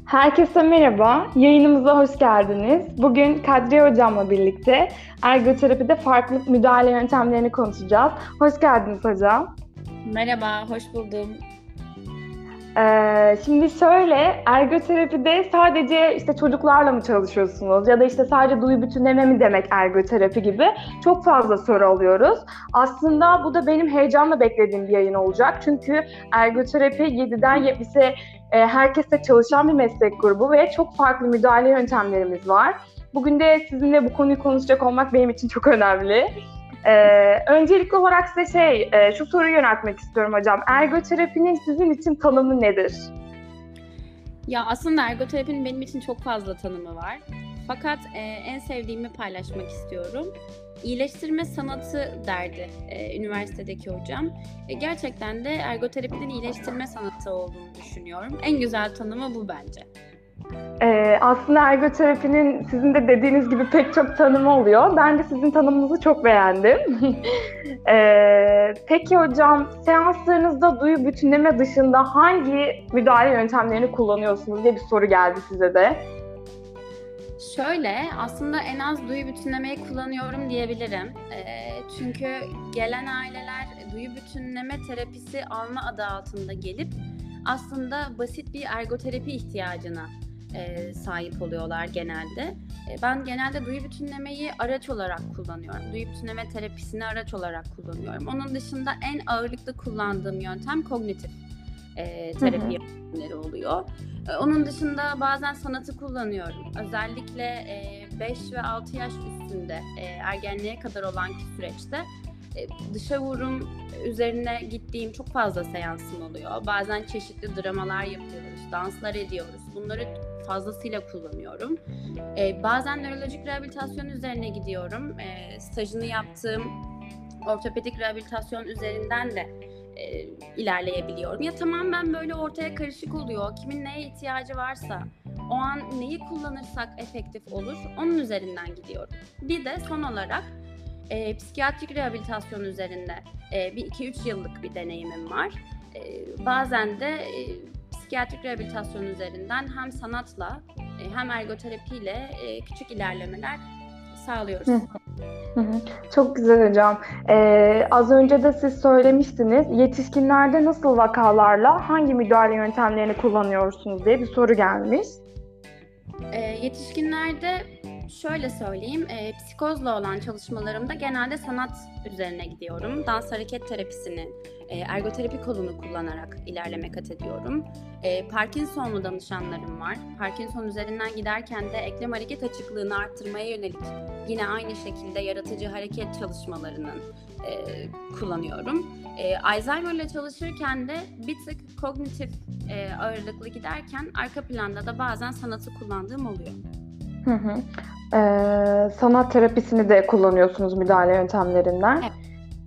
Herkese merhaba, yayınımıza hoş geldiniz. Bugün Kadriye Hocam'la birlikte ergoterapide farklı müdahale yöntemlerini konuşacağız. Hoş geldiniz hocam. Merhaba, hoş buldum. Şimdi şöyle, ergoterapide sadece işte çocuklarla mı çalışıyorsunuz ya da işte sadece duyu bütünleme mi demek ergoterapi gibi çok fazla soru alıyoruz. Aslında bu da benim heyecanla beklediğim bir yayın olacak. Çünkü ergoterapi 7'den 70'e herkeste çalışan bir meslek grubu ve çok farklı müdahale yöntemlerimiz var. Bugün de sizinle bu konuyu konuşacak olmak benim için çok önemli. Öncelikli olarak size şu soruyu yöneltmek istiyorum hocam. Ergoterapinin sizin için tanımı nedir? Ya aslında ergoterapinin benim için çok fazla tanımı var. Fakat en sevdiğimi paylaşmak istiyorum. İyileştirme sanatı derdi üniversitedeki hocam. Gerçekten de ergoterapinin iyileştirme sanatı olduğunu düşünüyorum. En güzel tanımı bu bence. Aslında ergoterapinin sizin de dediğiniz gibi pek çok tanımı oluyor. Ben de sizin tanımınızı çok beğendim. Peki hocam, seanslarınızda duyu bütünleme dışında hangi müdahale yöntemlerini kullanıyorsunuz diye bir soru geldi size de. Şöyle, aslında en az duyu bütünlemeyi kullanıyorum diyebilirim. Çünkü gelen aileler duyu bütünleme terapisi alma adı altında gelip aslında basit bir ergoterapi ihtiyacına sahip oluyorlar genelde. Ben genelde duyu bütünlemeyi araç olarak kullanıyorum. Duyu bütünleme terapisini araç olarak kullanıyorum. Onun dışında en ağırlıklı kullandığım yöntem kognitif terapi yöntemleri oluyor. Onun dışında bazen sanatı kullanıyorum. Özellikle 5 ve 6 yaş üstünde ergenliğe kadar olan süreçte dışa vurum üzerine gittiğim çok fazla seansım oluyor. Bazen çeşitli dramalar yapıyoruz, danslar ediyoruz. Bunları fazlasıyla kullanıyorum. Bazen nörolojik rehabilitasyon üzerine gidiyorum. Stajını yaptığım ortopedik rehabilitasyon üzerinden de ilerleyebiliyorum. Ya tamamen böyle ortaya karışık oluyor. Kimin neye ihtiyacı varsa, o an neyi kullanırsak efektif olur, onun üzerinden gidiyorum. Bir de son olarak psikiyatrik rehabilitasyon üzerinde bir 2-3 yıllık bir deneyimim var. Bazen de psikiyatrik rehabilitasyon üzerinden hem sanatla hem ergoterapiyle küçük ilerlemeler sağlıyoruz. Çok güzel hocam. Az önce de siz söylemiştiniz. Yetişkinlerde nasıl vakalarla hangi müdahale yöntemlerini kullanıyorsunuz diye bir soru gelmiş. Yetişkinlerde şöyle söyleyeyim, psikozla olan çalışmalarımda genelde sanat üzerine gidiyorum. Dans hareket terapisini, ergoterapi kolunu kullanarak ilerleme kat ediyorum. Parkinsonlu danışanlarım var. Parkinson üzerinden giderken de eklem hareket açıklığını arttırmaya yönelik yine aynı şekilde yaratıcı hareket çalışmalarının kullanıyorum. Alzheimer ile çalışırken de bir tık kognitif ağırlıklı giderken arka planda da bazen sanatı kullandığım oluyor. Sanat terapisini de kullanıyorsunuz müdahale yöntemlerinden. Evet.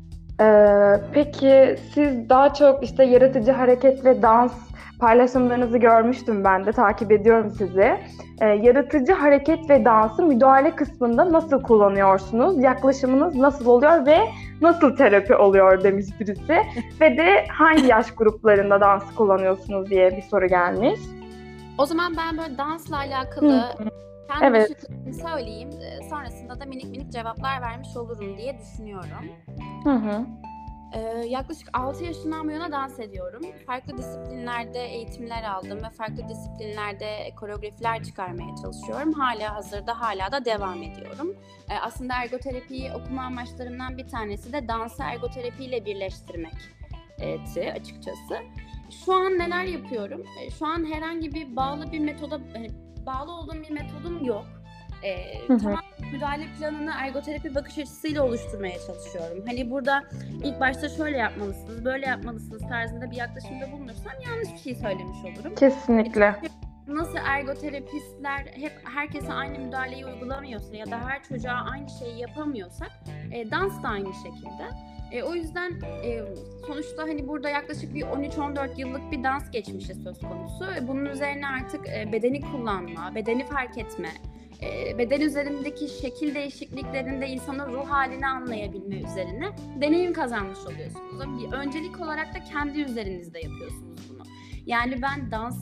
Peki siz daha çok işte yaratıcı hareket ve dans paylaşımlarınızı görmüştüm, ben de takip ediyorum sizi. Yaratıcı hareket ve dansı müdahale kısmında nasıl kullanıyorsunuz? Yaklaşımınız nasıl oluyor ve nasıl terapi oluyor demiş birisi. Ve de hangi yaş gruplarında dansı kullanıyorsunuz diye bir soru gelmiş. O zaman ben böyle dansla alakalı kendi Evet. düşüncemi söyleyeyim. Sonrasında da minik minik cevaplar vermiş olurum diye düşünüyorum. Yaklaşık 6 yaşından bu yana dans ediyorum. Farklı disiplinlerde eğitimler aldım ve farklı disiplinlerde koreografiler çıkarmaya çalışıyorum. Hala da devam ediyorum. Aslında ergoterapiyi okuma amaçlarımdan bir tanesi de dansı ergoterapiyle birleştirmekti açıkçası. Şu an neler yapıyorum? Şu an herhangi bir bağlı olduğum bir metodum yok. Tamam, müdahale planını ergoterapi bakış açısıyla oluşturmaya çalışıyorum. Hani burada ilk başta şöyle yapmalısınız, böyle yapmalısınız tarzında bir yaklaşımda bulunursam yanlış bir şey söylemiş olurum. Kesinlikle. Nasıl ergoterapistler hep herkese aynı müdahaleyi uygulamıyorsa ya da her çocuğa aynı şeyi yapamıyorsak dans da aynı şekilde. O yüzden sonuçta hani burada yaklaşık bir 13-14 yıllık bir dans geçmişi söz konusu. Bunun üzerine artık bedeni kullanma, bedeni fark etme, beden üzerindeki şekil değişikliklerinde insanın ruh halini anlayabilme üzerine deneyim kazanmış oluyorsunuz. Bir öncelik olarak da kendi üzerinizde yapıyorsunuz bunu. Yani ben dansın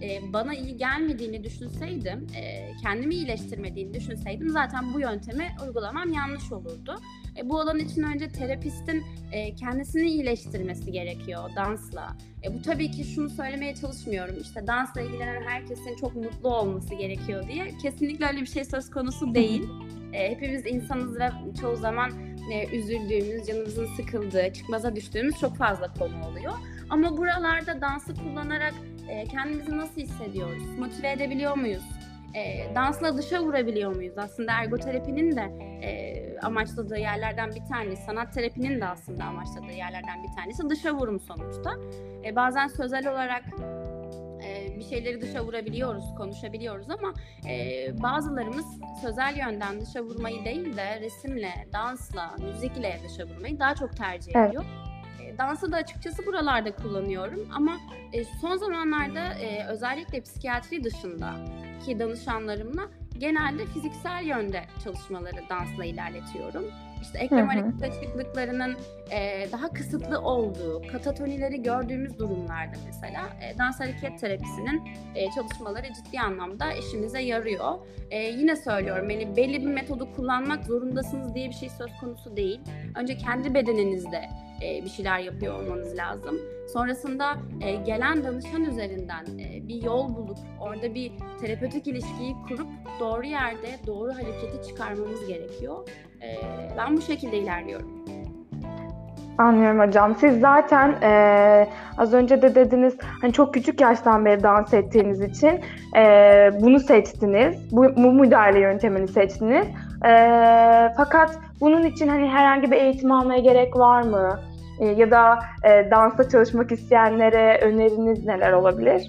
bana iyi gelmediğini düşünseydim, kendimi iyileştirmediğini düşünseydim zaten bu yöntemi uygulamam yanlış olurdu. Bu alan için önce terapistin kendisini iyileştirmesi gerekiyor dansla. Bu tabii ki şunu söylemeye çalışmıyorum, işte dansla ilgilenen herkesin çok mutlu olması gerekiyor diye. Kesinlikle öyle bir şey söz konusu değil. Hepimiz insanız ve çoğu zaman üzüldüğümüz, canımızın sıkıldığı, çıkmaza düştüğümüz çok fazla konu oluyor. Ama buralarda dansı kullanarak kendimizi nasıl hissediyoruz? Motive edebiliyor muyuz? Dansla dışa vurabiliyor muyuz? Aslında ergoterapinin de amaçladığı yerlerden bir tanesi, sanat terapinin de aslında amaçladığı yerlerden bir tanesi dışa vurum sonuçta. Bazen sözel olarak bir şeyleri dışa vurabiliyoruz, konuşabiliyoruz ama bazılarımız sözel yönden dışa vurmayı değil de resimle, dansla, müzikle dışa vurmayı daha çok tercih ediyor. Dansı da açıkçası buralarda kullanıyorum ama son zamanlarda özellikle psikiyatri dışındaki danışanlarımla genelde fiziksel yönde çalışmaları dansla ilerletiyorum. İşte eklem hareket açıklıklarının daha kısıtlı olduğu, katatonileri gördüğümüz durumlarda mesela dans hareket terapisinin çalışmaları ciddi anlamda işimize yarıyor. Yine söylüyorum, yani belli bir metodu kullanmak zorundasınız diye bir şey söz konusu değil. Önce kendi bedeninizde bir şeyler yapıyor olmanız lazım. Sonrasında gelen danışan üzerinden bir yol bulup orada bir terapötik ilişkiyi kurup doğru yerde doğru hareketi çıkarmamız gerekiyor. Ben bu şekilde ilerliyorum. Anlıyorum hocam. Siz zaten az önce de dediniz, hani çok küçük yaştan beri dans ettiğiniz için bunu seçtiniz. Bu müdahale yöntemini seçtiniz. Fakat bunun için hani herhangi bir eğitim almaya gerek var mı? Ya da dansta çalışmak isteyenlere öneriniz neler olabilir?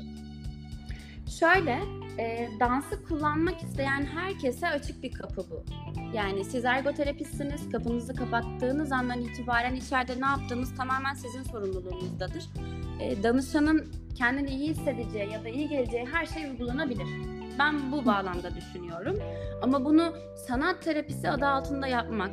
Şöyle, dansı kullanmak isteyen herkese açık bir kapı bu. Yani siz ergoterapistsiniz, kapınızı kapattığınız andan itibaren içeride ne yaptığınız tamamen sizin sorumluluğunuzdadır. Danışanın kendini iyi hissedeceği ya da iyi geleceği her şey uygulanabilir. Ben bu bağlamda düşünüyorum. Ama bunu sanat terapisi adı altında yapmak,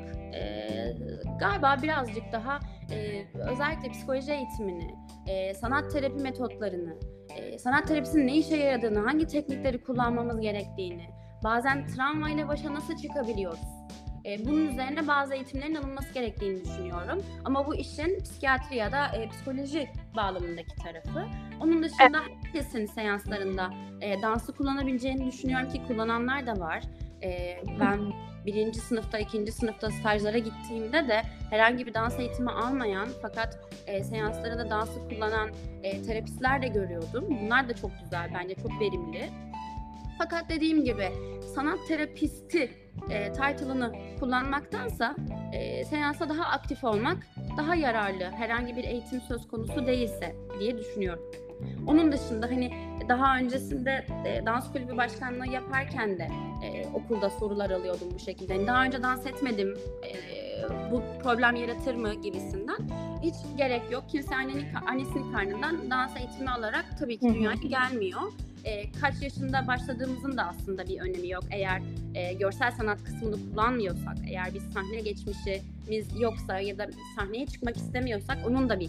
galiba birazcık daha özellikle psikoloji eğitimini, sanat terapi metotlarını, sanat terapisinin ne işe yaradığını, hangi teknikleri kullanmamız gerektiğini, bazen travmayla başa nasıl çıkabiliyoruz, bunun üzerine bazı eğitimlerin alınması gerektiğini düşünüyorum. Ama bu işin psikiyatri ya da psikoloji bağlamındaki tarafı. Onun dışında herkesin seanslarında dansı kullanabileceğini düşünüyorum ki kullananlar da var. Ben 1. sınıfta, 2. sınıfta stajlara gittiğimde de herhangi bir dans eğitimi almayan fakat seanslara da dansı kullanan terapistler de görüyordum. Bunlar da çok güzel, bence çok verimli. Fakat dediğim gibi sanat terapisti title'ını kullanmaktansa seansta daha aktif olmak daha yararlı, herhangi bir eğitim söz konusu değilse diye düşünüyorum. Onun dışında hani daha öncesinde dans kulübü başkanlığı yaparken de okulda sorular alıyordum bu şekilde. Yani daha önce dans etmedim, bu problem yaratır mı gibisinden. Hiç gerek yok. Kimse annesinin karnından dans eğitimi alarak tabii ki dünyaya gelmiyor. Kaç yaşında başladığımızın da aslında bir önemi yok. Eğer görsel sanat kısmını kullanmıyorsak, eğer bir sahne geçmişimiz yoksa ya da sahneye çıkmak istemiyorsak onun da bir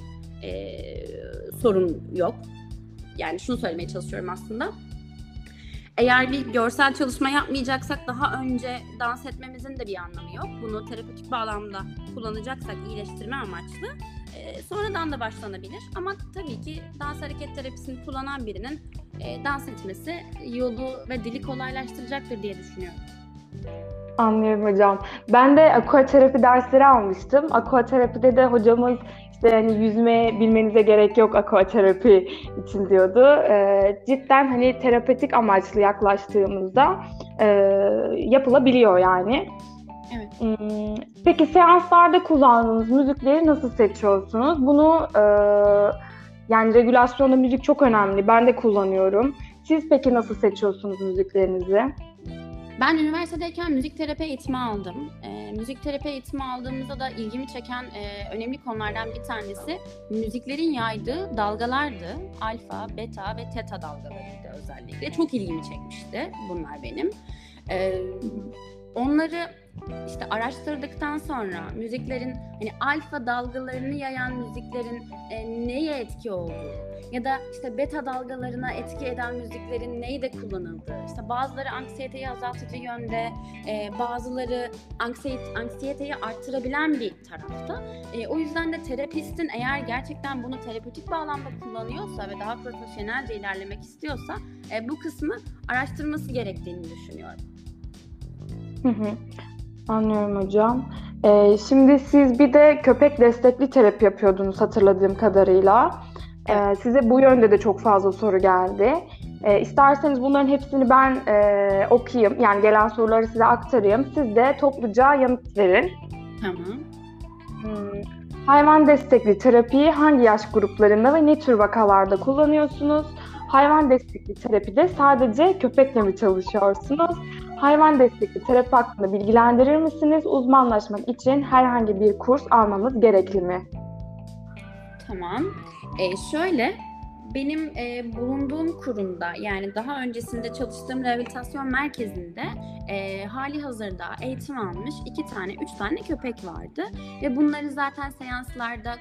sorun yok. Yani şunu söylemeye çalışıyorum aslında. Eğer bir görsel çalışma yapmayacaksak daha önce dans etmemizin de bir anlamı yok. Bunu terapötik bağlamda kullanacaksak iyileştirme amaçlı sonradan da başlanabilir. Ama tabii ki dans hareket terapisini kullanan birinin dans etmesi yolu ve dili kolaylaştıracaktır diye düşünüyorum. Anlıyorum hocam. Ben de aquaterapi dersleri almıştım. Aquaterapide de hocamız işte hani yüzme bilmenize gerek yok aquaterapi için diyordu. Cidden hani terapötik amaçlı yaklaştığımızda yapılabiliyor yani. Evet. Peki seanslarda kullandığınız müzikleri nasıl seçiyorsunuz? Bunu yani regülasyonda müzik çok önemli. Ben de kullanıyorum. Siz peki nasıl seçiyorsunuz müziklerinizi? Ben üniversitedeyken müzik terapi eğitimi aldım. Müzik terapi eğitimi aldığımızda da ilgimi çeken önemli konulardan bir tanesi müziklerin yaydığı dalgalardı. Alfa, beta ve teta dalgalarıydı özellikle. Çok ilgimi çekmişti bunlar benim. Onları işte araştırdıktan sonra müziklerin hani alfa dalgalarını yayan müziklerin neye etki olduğu ya da işte beta dalgalarına etki eden müziklerin neyde kullanıldığı, işte bazıları anksiyeteyi azaltıcı yönde, bazıları anksiyeteyi arttırabilen bir tarafta. O yüzden de terapistin eğer gerçekten bunu terapötik bağlamda kullanıyorsa ve daha profesyonelce ilerlemek istiyorsa bu kısmı araştırması gerektiğini düşünüyorum. Hı hı. Anlıyorum hocam. Şimdi siz bir de köpek destekli terapi yapıyordunuz hatırladığım kadarıyla. Evet. Size bu yönde de çok fazla soru geldi. İsterseniz bunların hepsini ben okuyayım. Yani gelen soruları size aktarayım. Siz de topluca yanıt verin. Tamam. Hayvan destekli terapiyi hangi yaş gruplarında ve ne tür vakalarda kullanıyorsunuz? Hayvan destekli terapide sadece köpekle mi çalışıyorsunuz? Hayvan destekli terapi hakkında bilgilendirir misiniz? Uzmanlaşmak için herhangi bir kurs almamız gerekli mi? Tamam. Şöyle, benim bulunduğum kurumda, yani daha öncesinde çalıştığım rehabilitasyon merkezinde hali hazırda eğitim almış 3 tane köpek vardı. Ve bunları zaten seanslarda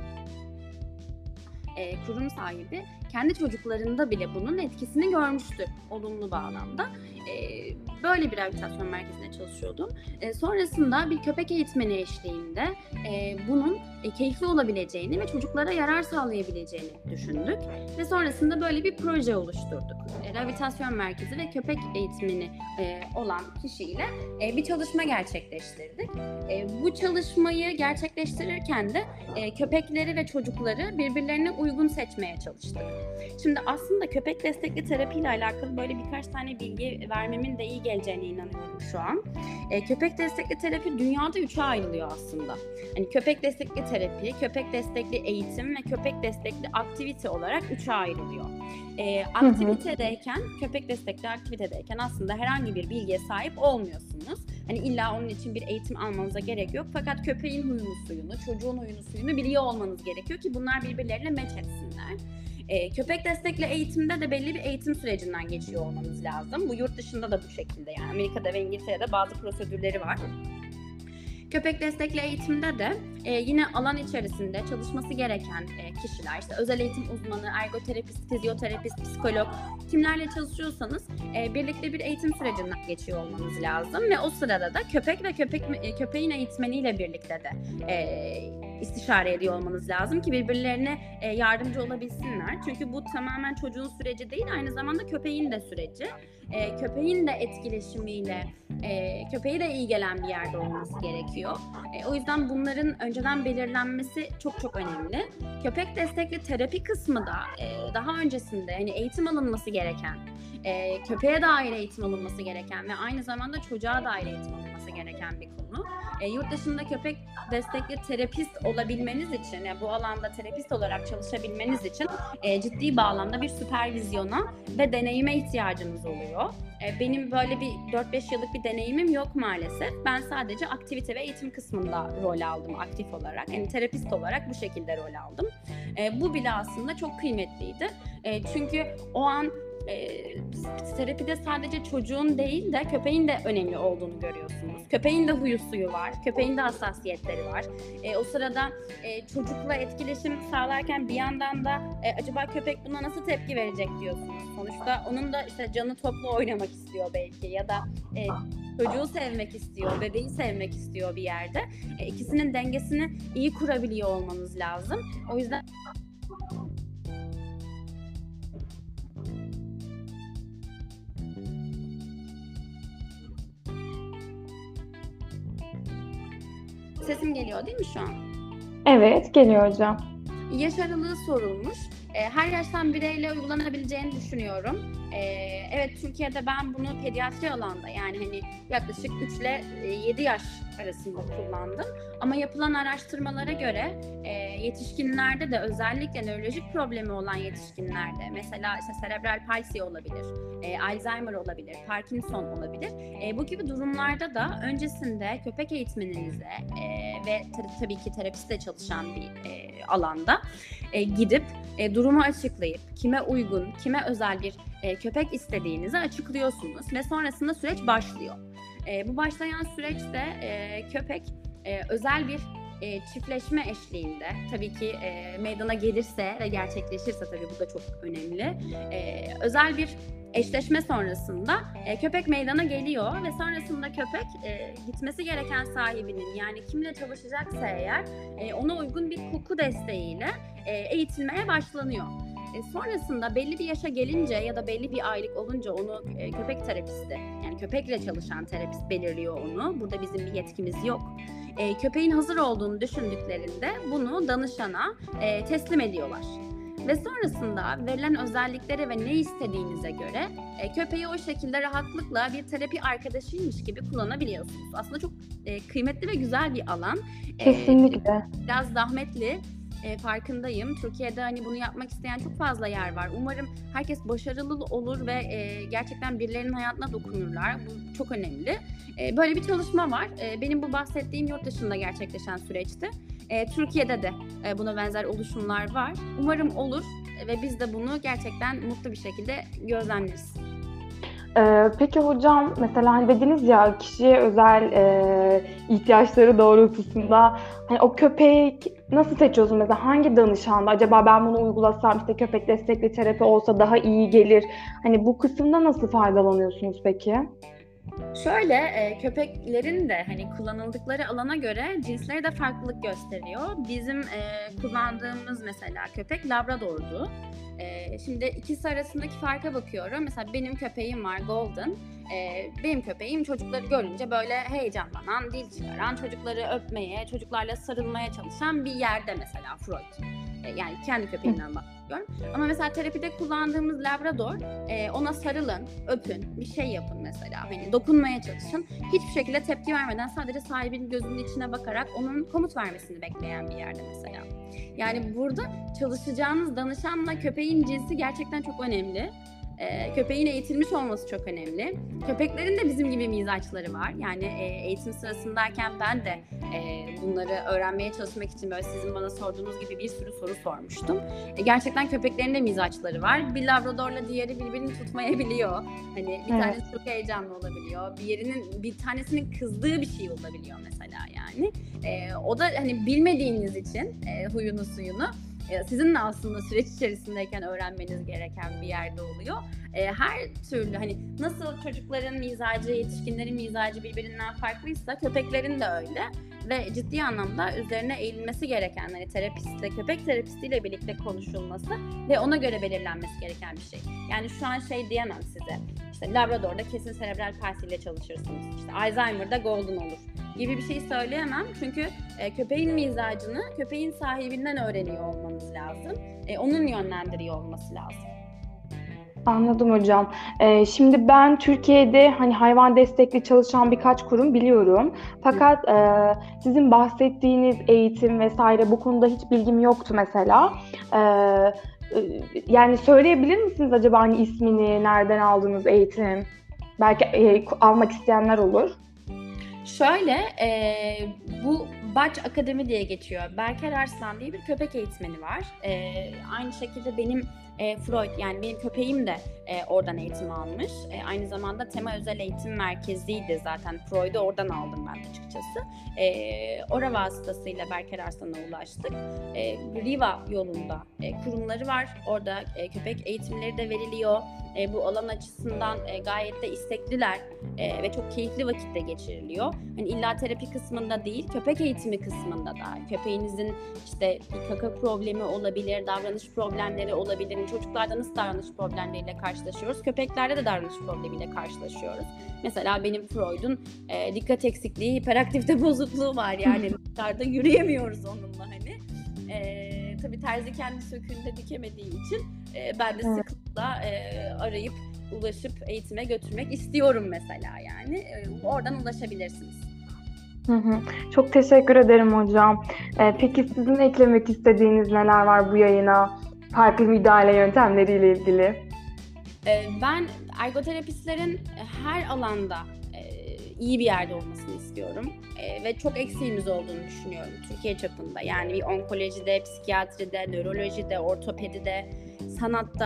kurum sahibi kendi çocuklarında bile bunun etkisini görmüştür olumlu bağlamda. Böyle bir rehabilitasyon merkezinde çalışıyordum. Sonrasında bir köpek eğitmeni eşliğinde bunun keyifli olabileceğini ve çocuklara yarar sağlayabileceğini düşündük. Ve sonrasında böyle bir proje oluşturduk. Rehabilitasyon merkezi ve köpek eğitmeni olan kişiyle bir çalışma gerçekleştirdik. Bu çalışmayı gerçekleştirirken de köpekleri ve çocukları birbirlerine uygun seçmeye çalıştık. Şimdi aslında köpek destekli terapiyle alakalı böyle birkaç tane bilgi vermemin de iyi geleceğine inanıyorum şu an. Köpek destekli terapi dünyada 3'e ayrılıyor aslında. Hani köpek destekli terapi, köpek destekli eğitim ve köpek destekli aktivite olarak 3'e ayrılıyor. Aktivitedeyken, köpek destekli aktivitedeyken aslında herhangi bir bilgiye sahip olmuyorsunuz. Hani illa onun için bir eğitim almanıza gerek yok. Fakat köpeğin huyunu suyunu, çocuğun huyunu suyunu biliyor olmanız gerekiyor ki bunlar birbirleriyle meç etsinler. Köpek destekli eğitimde de belli bir eğitim sürecinden geçiyor olmanız lazım. Bu yurt dışında da bu şekilde, yani Amerika'da ve İngiltere'de bazı prosedürleri var. Köpek destekli eğitimde de yine alan içerisinde çalışması gereken kişiler, işte özel eğitim uzmanı, ergoterapist, fizyoterapist, psikolog, kimlerle çalışıyorsanız birlikte bir eğitim sürecinden geçiyor olmanız lazım ve o sırada da köpek ve köpeğin eğitmeniyle birlikte de istişare ediyor olmanız lazım ki birbirlerine yardımcı olabilsinler. Çünkü bu tamamen çocuğun süreci değil, aynı zamanda köpeğin de süreci. Köpeğin de etkileşimiyle köpeğe de iyi gelen bir yerde olması gerekiyor. O yüzden bunların önceden belirlenmesi çok çok önemli. Köpek destekli terapi kısmı da daha öncesinde hani eğitim alınması gereken, köpeğe dair eğitim alınması gereken ve aynı zamanda çocuğa dair eğitim alınması gereken bir konu. Yurt dışında köpek destekli terapist olabilmeniz için, yani bu alanda terapist olarak çalışabilmeniz için ciddi bağlamda bir süpervizyona ve deneyime ihtiyacınız oluyor. Benim böyle bir 4-5 yıllık bir deneyimim yok maalesef. Ben sadece aktivite ve eğitim kısmında rol aldım aktif olarak. Yani terapist olarak bu şekilde rol aldım. Bu bile aslında çok kıymetliydi. Çünkü o an terapide sadece çocuğun değil de köpeğin de önemli olduğunu görüyorsunuz. Köpeğin de huyu suyu var, köpeğin de hassasiyetleri var. O sırada çocukla etkileşim sağlarken bir yandan da acaba köpek buna nasıl tepki verecek diyorsunuz. Sonuçta onun da işte canı toplu oynamak istiyor belki ya da çocuğu sevmek istiyor, bebeği sevmek istiyor bir yerde. İkisinin dengesini iyi kurabiliyor olmanız lazım. O yüzden sesim geliyor değil mi şu an? Evet, geliyor hocam. Yaş aralığı sorulmuş. Her yaştan bireyle uygulanabileceğini düşünüyorum. Evet, Türkiye'de ben bunu pediatri alanda, yani hani yaklaşık 3 ile 7 yaş arasında kullandım. Ama yapılan araştırmalara göre yetişkinlerde de, özellikle nörolojik problemi olan yetişkinlerde, mesela işte serebral palsi olabilir, Alzheimer olabilir, Parkinson olabilir. Bu gibi durumlarda da öncesinde köpek eğitmeninize ve tabii ki terapistle çalışan bir alanda gidip durumu açıklayıp kime uygun, kime özel bir köpek istediğinizi açıklıyorsunuz ve sonrasında süreç başlıyor. Bu başlayan süreçte köpek özel bir çiftleşme eşliğinde, tabii ki meydana gelirse ve gerçekleşirse, tabii bu da çok önemli. Özel bir eşleşme sonrasında köpek meydana geliyor ve sonrasında köpek gitmesi gereken sahibinin, yani kimle çalışacaksa eğer, ona uygun bir koku desteğiyle eğitilmeye başlanıyor. Sonrasında belli bir yaşa gelince ya da belli bir aylık olunca onu köpek terapisti, yani köpekle çalışan terapist belirliyor onu. Burada bizim bir yetkimiz yok. Köpeğin hazır olduğunu düşündüklerinde bunu danışana teslim ediyorlar. Ve sonrasında verilen özelliklere ve ne istediğinize göre köpeği o şekilde rahatlıkla bir terapi arkadaşıymış gibi kullanabiliyorsunuz. Aslında çok kıymetli ve güzel bir alan. Kesinlikle. Biraz zahmetli. Farkındayım. Türkiye'de hani bunu yapmak isteyen çok fazla yer var. Umarım herkes başarılı olur ve gerçekten birilerinin hayatına dokunurlar. Bu çok önemli. Böyle bir çalışma var. Benim bu bahsettiğim yurt dışında gerçekleşen süreçti. Türkiye'de de buna benzer oluşumlar var. Umarım olur ve biz de bunu gerçekten mutlu bir şekilde gözlemleriz. Peki hocam, mesela hani dediniz ya, kişiye özel ihtiyaçları doğrultusunda hani o köpeği nasıl seçiyorsun, mesela hangi danışanda acaba ben bunu uygulasam, işte köpek destekli terapi olsa daha iyi gelir, hani bu kısımda nasıl faydalanıyorsunuz peki? Şöyle, köpeklerin de hani kullanıldıkları alana göre cinsleri de farklılık gösteriyor. Bizim kullandığımız mesela köpek Labrador'du. Şimdi ikisi arasındaki farka bakıyorum. Mesela benim köpeğim var, Golden. Benim köpeğim çocukları görünce böyle heyecanlanan, dil çıkaran, çocukları öpmeye, çocuklarla sarılmaya çalışan bir yerde mesela Freud. Yani kendi köpeğimden bahsediyorum. Ama mesela terapide kullandığımız Labrador, ona sarılın, öpün, bir şey yapın mesela. Hani dokunmaya çalışın. Hiçbir şekilde tepki vermeden sadece sahibinin gözünün içine bakarak onun komut vermesini bekleyen bir yerde mesela. Yani burada çalışacağınız danışanla köpeğin cinsi gerçekten çok önemli. Köpeğin eğitilmiş olması çok önemli. Köpeklerin de bizim gibi mizaçları var. Yani eğitim sırasındayken ben de bunları öğrenmeye çalışmak için böyle sizin bana sorduğunuz gibi bir sürü soru sormuştum. Gerçekten köpeklerin de mizaçları var. Bir Labrador'la diğeri birbirini tutmayabiliyor. Hani bir tanesi çok heyecanlı olabiliyor. Bir tanesinin kızdığı bir şey olabiliyor mesela yani. O da hani bilmediğiniz için huyunu suyunu, sizin de aslında süreç içerisindeyken öğrenmeniz gereken bir yerde oluyor. Her türlü hani nasıl çocukların mizacı, yetişkinlerin mizacı birbirinden farklıysa köpeklerin de öyle. Ve ciddi anlamda üzerine eğilmesi gereken, hani terapistle, köpek terapistiyle birlikte konuşulması ve ona göre belirlenmesi gereken bir şey. Yani şu an şey diyemem size, işte Labrador'da kesin serebral palsi ile çalışırsınız, işte Alzheimer'da Golden olur gibi bir şey söyleyemem. Çünkü köpeğin mizacını köpeğin sahibinden öğreniyor olmanız lazım. Onun yönlendiriyor olması lazım. Anladım hocam. Şimdi ben Türkiye'de hani hayvan destekli çalışan birkaç kurum biliyorum. Fakat sizin bahsettiğiniz eğitim vesaire bu konuda hiç bilgim yoktu mesela. Yani söyleyebilir misiniz acaba hani ismini, nereden aldığınız eğitim? Belki almak isteyenler olur. Şöyle, bu Baç Akademi diye geçiyor. Berker Arslan diye bir köpek eğitmeni var. Aynı şekilde benim Freud, yani benim köpeğim de oradan eğitim almış. Aynı zamanda Tema Özel Eğitim Merkezi'ydi zaten. Freud'u oradan aldım ben açıkçası. Ora vasıtasıyla Berker Arslan'a ulaştık. Riva yolunda kurumları var. Orada köpek eğitimleri de veriliyor. Bu alan açısından gayet de istekliler ve çok keyifli vakitte geçiriliyor. Hani illa terapi kısmında değil, köpek eğitimi kısmında da. Köpeğinizin işte bir kaka problemi olabilir, davranış problemleri olabilir. Çocuklarda nasıl davranış problemleriyle karşılaşıyoruz? Köpeklerde de davranış problemiyle karşılaşıyoruz. Mesela benim Freud'un dikkat eksikliği, hiperaktivite bozukluğu var. Yani dışarıda yürüyemiyoruz onunla hani. Tabii terzi kendi söküğünde dikemediği için ben de sıklıkla arayıp ulaşıp eğitime götürmek istiyorum mesela yani. Oradan ulaşabilirsiniz. Çok teşekkür ederim hocam. Peki sizin eklemek istediğiniz neler var bu yayına? Farklı müdahale yöntemleriyle ilgili. Ben ergoterapistlerin her alanda iyi bir yerde olmasını istiyorum. Ve çok eksiğimiz olduğunu düşünüyorum Türkiye çapında. Yani bir onkolojide, psikiyatride, nörolojide, ortopedide, sanatta,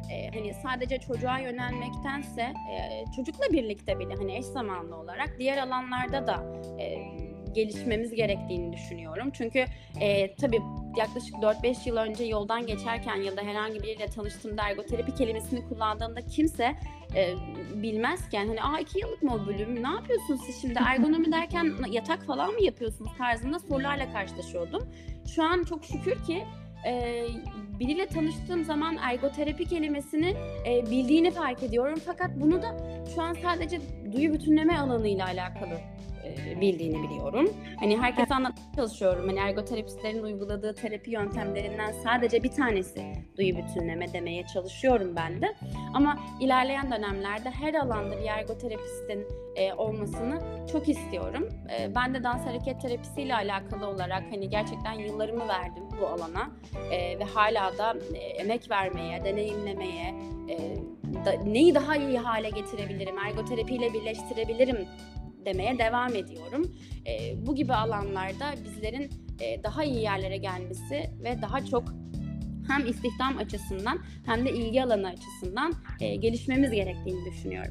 Hani sadece çocuğa yönelmektense çocukla birlikte bile hani eş zamanlı olarak diğer alanlarda da gelişmemiz gerektiğini düşünüyorum. Çünkü tabii yaklaşık 4-5 yıl önce yoldan geçerken ya da herhangi biriyle tanıştığımda ergoterapi kelimesini kullandığımda kimse bilmezken hani 2 yıllık mı o bölüm, ne yapıyorsunuz siz şimdi, ergonomi derken yatak falan mı yapıyorsunuz tarzında sorularla karşılaşıyordum. Şu an çok şükür ki biriyle tanıştığım zaman ergoterapi kelimesini bildiğini fark ediyorum. Fakat bunu da şu an sadece duyu bütünleme alanıyla alakalı bildiğini biliyorum. Hani herkese anlatmaya çalışıyorum. Hani ergoterapistlerin uyguladığı terapi yöntemlerinden sadece bir tanesi duyu bütünleme demeye çalışıyorum ben de. Ama ilerleyen dönemlerde her alanda bir ergoterapistin olmasını çok istiyorum. Ben de dans hareket terapisiyle alakalı olarak hani gerçekten yıllarımı verdim bu alana ve hala da emek vermeye, deneyimlemeye, neyi daha iyi hale getirebilirim, ergoterapiyle birleştirebilirim demeye devam ediyorum. Bu gibi alanlarda bizlerin daha iyi yerlere gelmesi ve daha çok hem istihdam açısından hem de ilgi alanı açısından gelişmemiz gerektiğini düşünüyorum.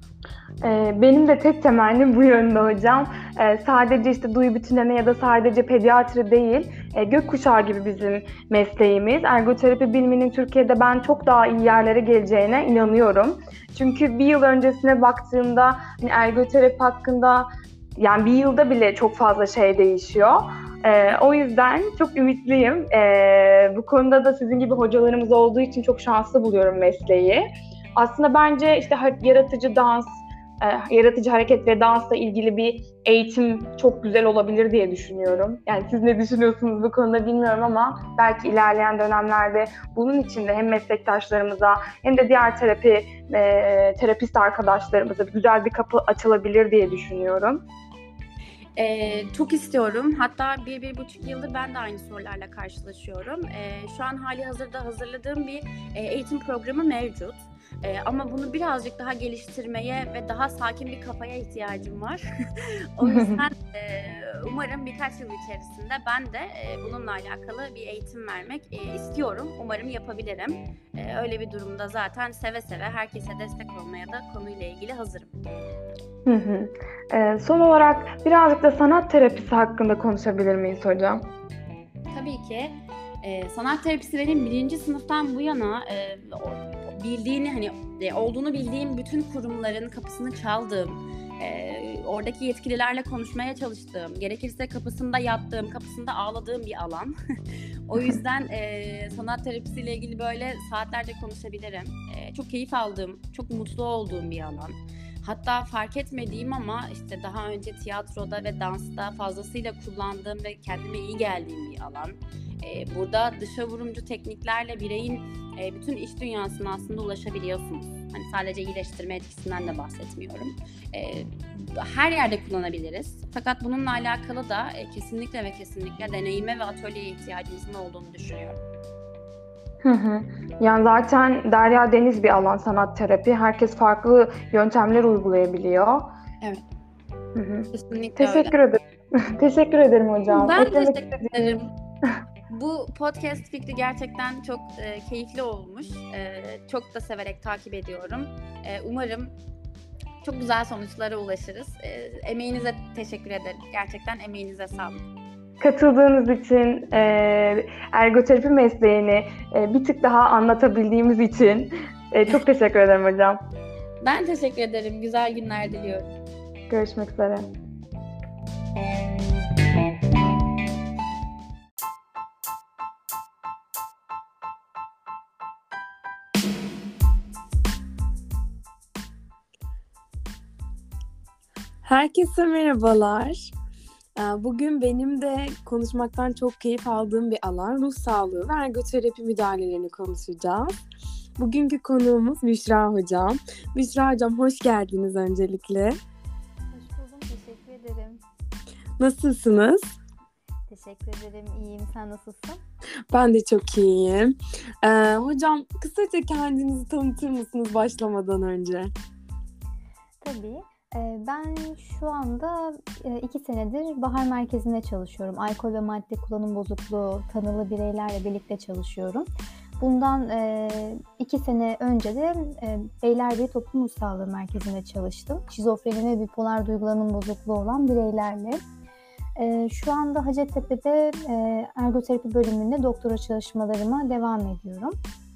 Benim de tek temennim bu yönde hocam. Sadece işte duyu bütünleme ya da sadece pediatri değil, gökkuşağı gibi bizim mesleğimiz. Ergoterapi biliminin Türkiye'de ben çok daha iyi yerlere geleceğine inanıyorum. Çünkü bir yıl öncesine baktığımda hani ergoterapi hakkında yani bir yılda bile çok fazla şey değişiyor. O yüzden çok ümitliyim. Bu konuda da sizin gibi hocalarımız olduğu için çok şanslı buluyorum mesleği. Aslında bence işte yaratıcı dans, yaratıcı hareket ve dansla ilgili bir eğitim çok güzel olabilir diye düşünüyorum. Yani siz ne düşünüyorsunuz bu konuda bilmiyorum ama belki ilerleyen dönemlerde bunun için de hem meslektaşlarımıza hem de diğer terapist arkadaşlarımıza güzel bir kapı açılabilir diye düşünüyorum. Çok istiyorum. Hatta 1-1,5 yıldır ben de aynı sorularla karşılaşıyorum. Şu an hali hazırda hazırladığım bir eğitim programı mevcut. Ama bunu birazcık daha geliştirmeye ve daha sakin bir kafaya ihtiyacım var. O yüzden umarım birkaç yıl içerisinde ben de bununla alakalı bir eğitim vermek istiyorum. Umarım yapabilirim. Öyle bir durumda zaten seve seve herkese destek olmaya da konuyla ilgili hazırım. Son olarak birazcık da sanat terapisi hakkında konuşabilir miyiz hocam? Tabii ki. Sanat terapisi benim 1. sınıftan bu yana bildiğini hani olduğunu bildiğim bütün kurumların kapısını çaldığım, oradaki yetkililerle konuşmaya çalıştığım, gerekirse kapısında yattığım, kapısında ağladığım bir alan. O yüzden sanat terapisiyle ilgili böyle saatlerce konuşabilirim. Çok keyif aldığım, çok mutlu olduğum bir alan. Hatta fark etmediğim ama işte daha önce tiyatroda ve dansta fazlasıyla kullandığım ve kendime iyi geldiğim bir alan. Burada dışa vurumcu tekniklerle bireyin bütün iç dünyasına aslında ulaşabiliyorsunuz. Hani sadece iyileştirme etkisinden de bahsetmiyorum. Her yerde kullanabiliriz. Fakat bununla alakalı da kesinlikle ve kesinlikle deneyime ve atölyeye ihtiyacımızın olduğunu düşünüyorum. Yani zaten derya deniz bir alan sanat terapi. Herkes farklı yöntemler uygulayabiliyor. Evet. Kesinlikle Teşekkür öyle. ederim. Teşekkür ederim hocam. Ben teşekkür ederim. Bu podcast fikri gerçekten çok keyifli olmuş. Çok da severek takip ediyorum. Umarım çok güzel sonuçlara ulaşırız. Emeğinize teşekkür ederim. Gerçekten emeğinize sağlık. Katıldığınız için, ergoterapi mesleğini bir tık daha anlatabildiğimiz için çok teşekkür ederim hocam. Ben teşekkür ederim. Güzel günler diliyorum. Görüşmek üzere. Herkese merhabalar. Bugün benim de konuşmaktan çok keyif aldığım bir alan ruh sağlığı ve ergoterapi müdahalelerini konuşacağız. Bugünkü konuğumuz Büşra Hocam. Büşra Hocam hoş geldiniz öncelikle. Hoş buldum, teşekkür ederim. Nasılsınız? Teşekkür ederim, iyiyim. Sen nasılsın? Ben de çok iyiyim. Hocam kısaca kendinizi tanıtır mısınız başlamadan önce? Tabii. Ben şu anda 2 senedir Bahar Merkezi'nde çalışıyorum. Alkol ve madde kullanım bozukluğu tanılı bireylerle birlikte çalışıyorum. Bundan 2 sene önce de Beylerbeyi Toplum Ruh Sağlığı Merkezi'nde çalıştım. Şizofreni ve bipolar duygulanım bozukluğu olan bireylerle. Şu anda Hacettepe'de ergoterapi bölümünde doktora çalışmalarıma devam ediyorum.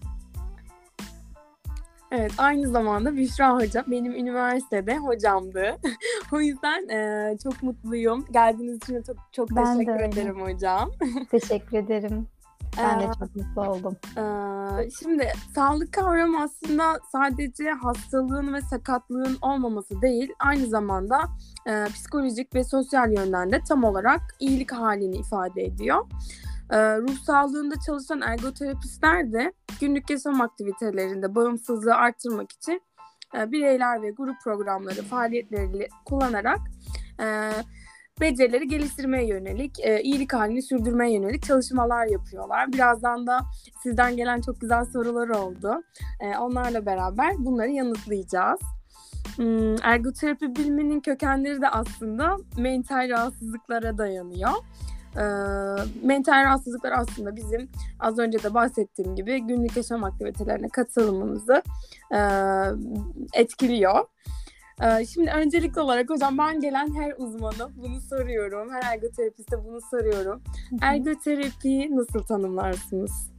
Evet, aynı zamanda Büşra Hoca benim üniversitede hocamdı. O yüzden çok mutluyum. Geldiğiniz için de çok Ben de teşekkür öyle. ederim hocam. Teşekkür ederim. Ben de Ee, çok mutlu oldum. Şimdi sağlık kavramı aslında sadece hastalığın ve sakatlığın olmaması değil, aynı zamanda psikolojik ve sosyal yönden de tam olarak iyilik halini ifade ediyor. Ruh sağlığında çalışan ergoterapistler de günlük yaşam aktivitelerinde bağımsızlığı arttırmak için bireyler ve grup programları, faaliyetleri kullanarak becerileri geliştirmeye yönelik, iyilik halini sürdürmeye yönelik çalışmalar yapıyorlar. Birazdan da sizden gelen çok güzel sorular oldu. Onlarla beraber bunları yanıtlayacağız. Ergoterapi biliminin kökenleri de aslında mental rahatsızlıklara dayanıyor. Mental rahatsızlıklar aslında bizim az önce de bahsettiğim gibi günlük yaşam aktivitelerine katılımımızı etkiliyor. Şimdi öncelikli olarak hocam ben gelen her uzmana bunu soruyorum. Her ergoterapiste bunu soruyorum. Ergoterapiyi nasıl tanımlarsınız?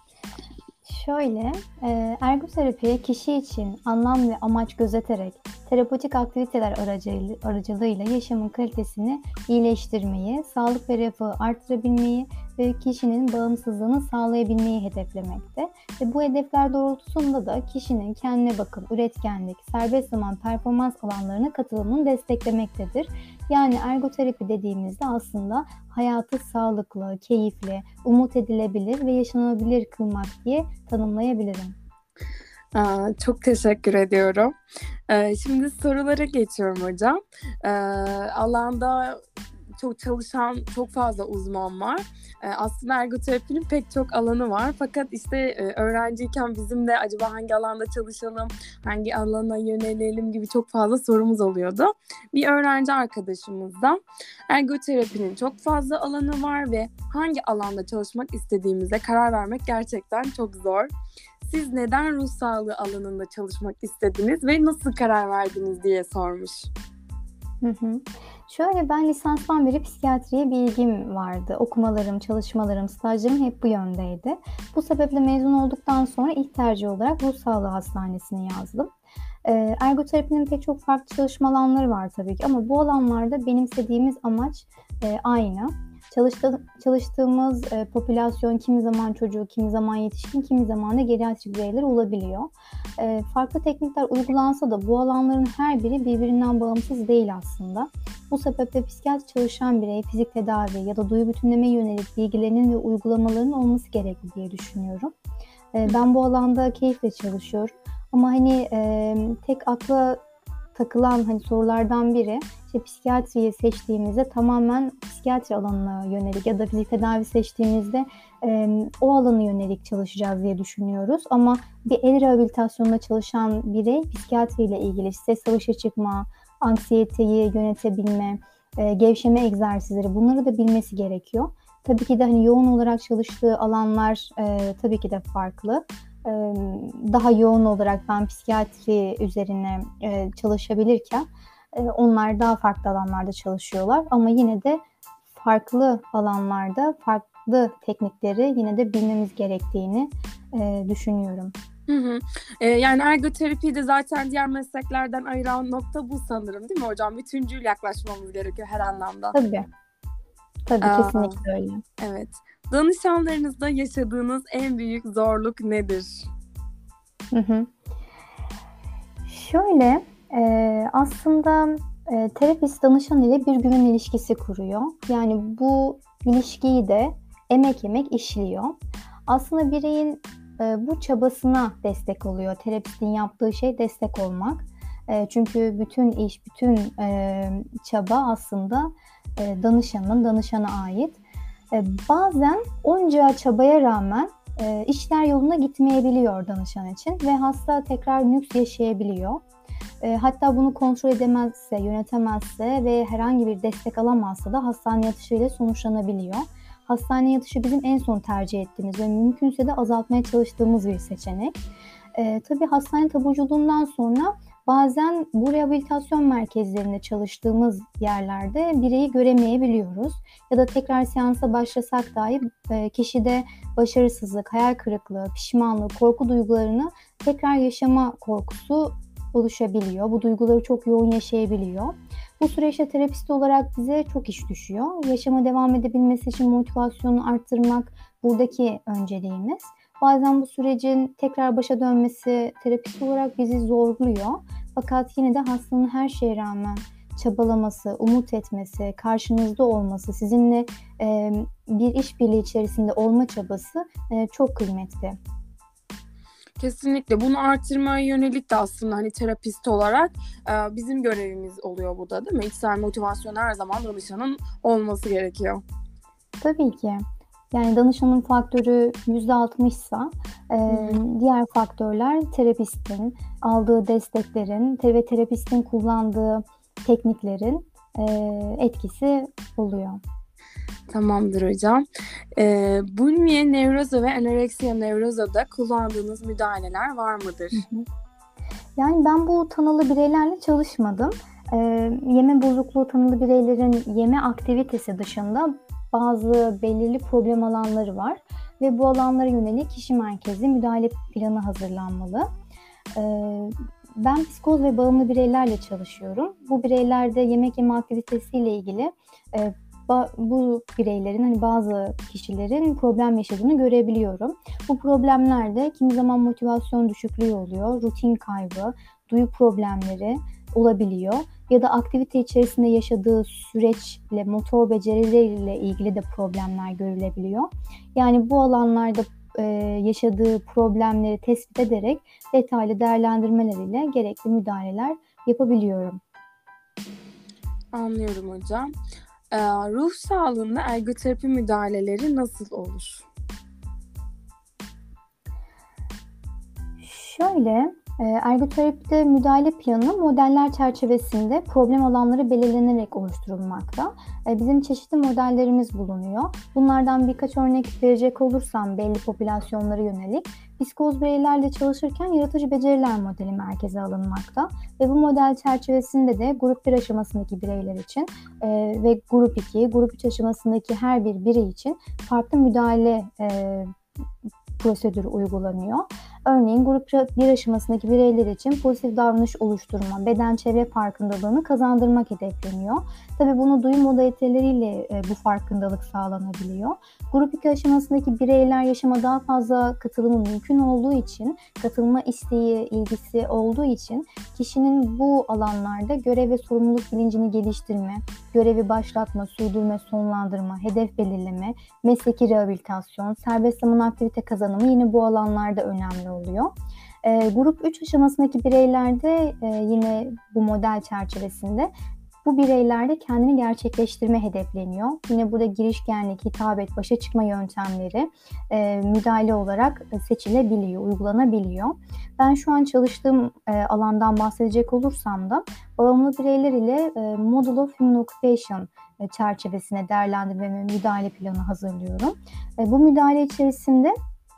Şöyle, ergoterapiye kişi için anlam ve amaç gözeterek terapötik aktiviteler aracılığıyla yaşamın kalitesini iyileştirmeyi, sağlık ve refahı artırabilmeyi ve kişinin bağımsızlığını sağlayabilmeyi hedeflemekte. Ve bu hedefler doğrultusunda da kişinin kendine bakım, üretkenlik, serbest zaman performans alanlarına katılımını desteklemektedir. Yani ergoterapi dediğimizde aslında hayatı sağlıklı, keyifli, umut edilebilir ve yaşanabilir kılmak diye tanımlayabilirim. Çok teşekkür ediyorum. Şimdi sorulara geçiyorum hocam. Alanda çok çalışan çok fazla uzman var. Aslında ergoterapinin pek çok alanı var. Fakat işte öğrenciyken bizim de acaba hangi alanda çalışalım, hangi alana yönelelim gibi çok fazla sorumuz oluyordu. Bir öğrenci arkadaşımızdan ergoterapinin çok fazla alanı var ve hangi alanda çalışmak istediğimize karar vermek gerçekten çok zor. Siz neden ruh sağlığı alanında çalışmak istediniz ve nasıl karar verdiniz diye sormuş. Şöyle ben lisanstan beri psikiyatriye bir ilgim vardı. Okumalarım, çalışmalarım, stajlarım hep bu yöndeydi. Bu sebeple mezun olduktan sonra ilk tercih olarak ruh sağlığı hastanesini yazdım. Ergoterapinin pek çok farklı çalışma alanları var tabii ki ama bu alanlarda benimsediğimiz amaç aynı. Çalıştığımız popülasyon kimi zaman çocuğu, kimi zaman yetişkin, kimi zaman da geriatrik bireyler olabiliyor. Farklı teknikler uygulansa da bu alanların her biri birbirinden bağımsız değil aslında. Bu sebeple psikiyatri çalışan birey fizik tedavi ya da duyu bütünlemeye yönelik bilgilerinin ve uygulamalarının olması gerekli diye düşünüyorum. Ben bu alanda keyifle çalışıyorum. Ama hani tek akla takılan sorulardan biri psikiyatriyi seçtiğimizde tamamen psikiyatri alanına yönelik ya da fizik tedavi seçtiğimizde o alana yönelik çalışacağız diye düşünüyoruz. Ama bir el rehabilitasyonunda çalışan birey psikiyatriyle ilgili stresle başa çıkma, anksiyeteyi yönetebilme, gevşeme egzersizleri bunları da bilmesi gerekiyor. Tabii ki de yoğun olarak çalıştığı alanlar tabii ki de farklı. Daha yoğun olarak ben psikiyatri üzerine çalışabilirken onlar daha farklı alanlarda çalışıyorlar ama yine de farklı alanlarda farklı teknikleri yine de bilmemiz gerektiğini düşünüyorum. Yani ergoterapiyi de zaten diğer mesleklerden ayıran nokta bu sanırım değil mi hocam? Bütüncül yaklaşmamız gerekiyor her anlamda. Tabii kesinlikle öyle. Evet. Danışanlarınızda yaşadığınız en büyük zorluk nedir? Şöyle aslında terapist danışan ile bir güven ilişkisi kuruyor. Yani bu ilişkiyi de emek işliyor. Aslında bireyin bu çabasına destek oluyor. Terapistin yaptığı şey destek olmak. Çünkü bütün iş, bütün çaba aslında danışana ait. Bazen onca çabaya rağmen işler yoluna gitmeyebiliyor danışan için ve hasta tekrar nüks yaşayabiliyor. Hatta bunu kontrol edemezse, yönetemezse ve herhangi bir destek alamazsa da hastane yatışıyla sonuçlanabiliyor. hastane yatışı bizim en son tercih ettiğimiz ve mümkünse de azaltmaya çalıştığımız bir seçenek. Tabii hastane taburculuğundan sonra bazen bu rehabilitasyon merkezlerinde çalıştığımız yerlerde bireyi göremeyebiliyoruz. Ya da tekrar seansa başlasak dahi kişide başarısızlık, hayal kırıklığı, pişmanlık, korku duygularını tekrar yaşama korkusu oluşabiliyor. Bu duyguları çok yoğun yaşayabiliyor. Bu süreçte terapist olarak bize çok iş düşüyor. Yaşama devam edebilmesi için motivasyonu arttırmak buradaki önceliğimiz. Bazen bu sürecin tekrar başa dönmesi terapist olarak bizi zorluyor. Fakat yine de hastanın her şeye rağmen çabalaması, umut etmesi, karşınızda olması, sizinle bir işbirliği içerisinde olma çabası çok kıymetli. Kesinlikle bunu artırmaya yönelik de aslında hani terapist olarak bizim görevimiz oluyor bu da, değil mi? İçsel motivasyon her zaman danışanın olması gerekiyor. Tabii ki. Yani danışanın faktörü %60'sa diğer faktörler terapistin aldığı desteklerin ve terapistin kullandığı tekniklerin etkisi oluyor. Tamamdır hocam. Bulimiye nevroza ve anoreksiya nevrozada kullandığınız müdahaleler var mıdır? Yani ben bu tanılı bireylerle çalışmadım. Yeme bozukluğu tanılı bireylerin yeme aktivitesi dışında bazı belirli problem alanları var ve bu alanlara yönelik kişi merkezli müdahale planı hazırlanmalı. Ben psikoz ve bağımlı bireylerle çalışıyorum. Bu bireylerde yemek yeme aktivitesiyle ilgili bu bireylerin hani bazı kişilerin problem yaşadığını görebiliyorum. Bu problemlerde kimi zaman motivasyon düşüklüğü oluyor, rutin kaybı, duyu problemleri olabiliyor ya da aktivite içerisinde yaşadığı süreçle motor becerileriyle ilgili de problemler görülebiliyor. Yani bu alanlarda yaşadığı problemleri tespit ederek detaylı değerlendirmeler ile gerekli müdahaleler yapabiliyorum. Anlıyorum hocam. Ruh sağlığında ergoterapi müdahaleleri nasıl olur? Şöyle, ergoterapide müdahale planı modeller çerçevesinde problem alanları belirlenerek oluşturulmakta. Bizim çeşitli modellerimiz bulunuyor. Bunlardan birkaç örnek verecek olursam belli popülasyonlara yönelik, psikoz bireylerle çalışırken yaratıcı beceriler modeli merkeze alınmakta ve bu model çerçevesinde de grup 1 aşamasındaki bireyler için ve grup 2, grup 3 aşamasındaki her bir birey için farklı müdahale prosedürü uygulanıyor. Örneğin grup 1 aşamasındaki bireyler için pozitif davranış oluşturma, beden çevre farkındalığını kazandırmak hedefleniyor. Tabii bunu duyu modaliteleriyle bu farkındalık sağlanabiliyor. Grup 2 aşamasındaki bireyler yaşama daha fazla katılımı mümkün olduğu için, katılma isteği, ilgisi olduğu için kişinin bu alanlarda görev ve sorumluluk bilincini geliştirme, görevi başlatma, sürdürme, sonlandırma, hedef belirleme, mesleki rehabilitasyon, serbest zaman aktivite kazanımı yine bu alanlarda önemli oluyor. Grup 3 aşamasındaki bireylerde yine bu model çerçevesinde bu bireylerde kendini gerçekleştirme hedefleniyor. Yine burada girişkenlik, hitabet, başa çıkma yöntemleri müdahale olarak seçilebiliyor, uygulanabiliyor. Ben şu an çalıştığım alandan bahsedecek olursam da bağımlı bireyler ile Model of Human Occupation çerçevesine değerlendirme ve müdahale planı hazırlıyorum. Bu müdahale içerisinde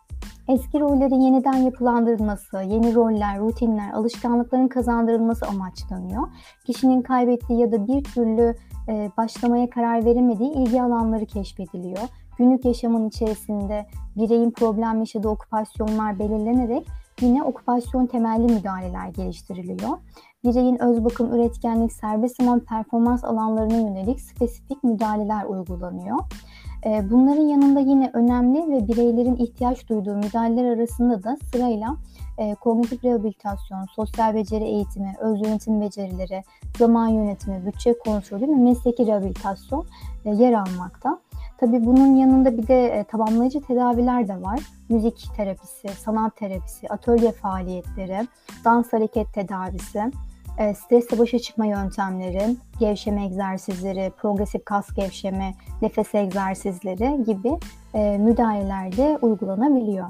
eski rollerin yeniden yapılandırılması, yeni roller, rutinler, alışkanlıkların kazandırılması amaçlanıyor. Kişinin kaybettiği ya da bir türlü başlamaya karar veremediği ilgi alanları keşfediliyor. Günlük yaşamın içerisinde bireyin problem yaşadığı okupasyonlar belirlenerek yine okupasyon temelli müdahaleler geliştiriliyor. Bireyin öz bakım, üretkenlik, serbest zaman performans alanlarına yönelik spesifik müdahaleler uygulanıyor. Bunların yanında yine önemli ve bireylerin ihtiyaç duyduğu müdahaleler arasında da sırayla kognitif rehabilitasyon, sosyal beceri eğitimi, öz yönetim becerileri, zaman yönetimi, bütçe kontrolü ve mesleki rehabilitasyon yer almakta. Tabii bunun yanında bir de tamamlayıcı tedaviler de var. Müzik terapisi, sanat terapisi, atölye faaliyetleri, dans hareket tedavisi, stresle başa çıkma yöntemleri, gevşeme egzersizleri, progresif kas gevşeme, nefes egzersizleri gibi müdahaleler de uygulanabiliyor.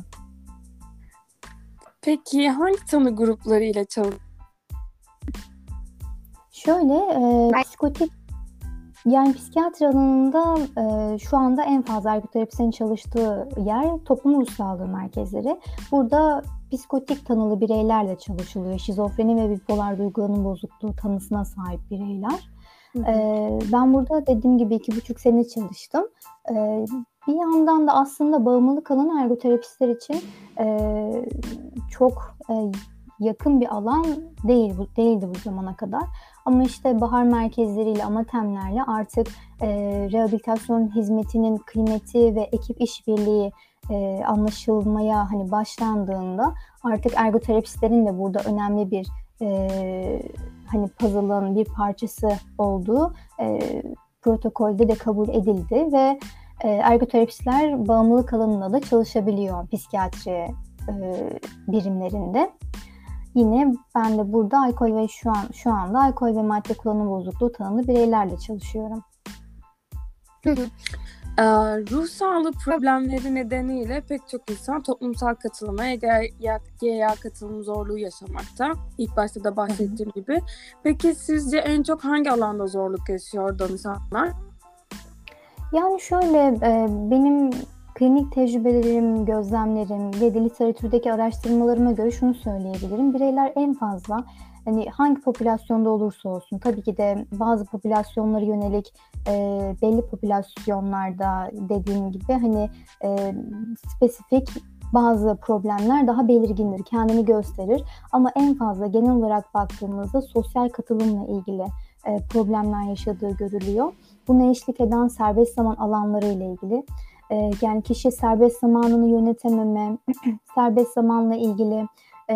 Peki hangi tanı grupları ile çalışıyorsunuz? Şöyle, psikotik Yani psikiyatri alanında şu anda en fazla ergoterapistlerin çalıştığı yer toplum ruh sağlığı merkezleri. Burada psikotik tanılı bireylerle çalışılıyor. Şizofreni ve bipolar duygulanım bozukluğu tanısına sahip bireyler. Hı hı. Ben burada dediğim gibi 2,5 sene çalıştım. Bir yandan da aslında bağımlılık alanı ergoterapistler için çok yakın bir alan değildi bu zamana kadar. Ama işte bahar merkezleriyle, amatemlerle artık rehabilitasyon hizmetinin kıymeti ve ekip işbirliği anlaşılmaya hani başlandığında artık ergoterapistlerin de burada önemli bir hani puzzle'ın bir parçası olduğu protokolde de kabul edildi ve ergoterapistler bağımlılık alanında da çalışabiliyor psikiyatri birimlerinde. Yine ben de burada alkol ve şu anda alkol ve madde kullanım bozukluğu tanılı bireylerle çalışıyorum. Ruh sağlığı problemleri nedeniyle pek çok insan toplumsal katılıma, GYA katılım zorluğu yaşamakta. İlk başta da bahsettiğim gibi. Peki sizce en çok hangi alanda zorluk yaşıyor danışanlar? Yani şöyle, benim klinik tecrübelerim, gözlemlerim ve de literatürdeki araştırmalarıma göre şunu söyleyebilirim. Bireyler en fazla hani hangi popülasyonda olursa olsun, tabii ki de bazı popülasyonlara yönelik belli popülasyonlarda dediğim gibi hani spesifik bazı problemler daha belirgindir, kendini gösterir. Ama en fazla genel olarak baktığımızda sosyal katılımla ilgili problemler yaşadığı görülüyor. Buna eşlik eden serbest zaman alanları ile ilgili. Yani kişi serbest zamanını yönetememe, serbest zamanla ilgili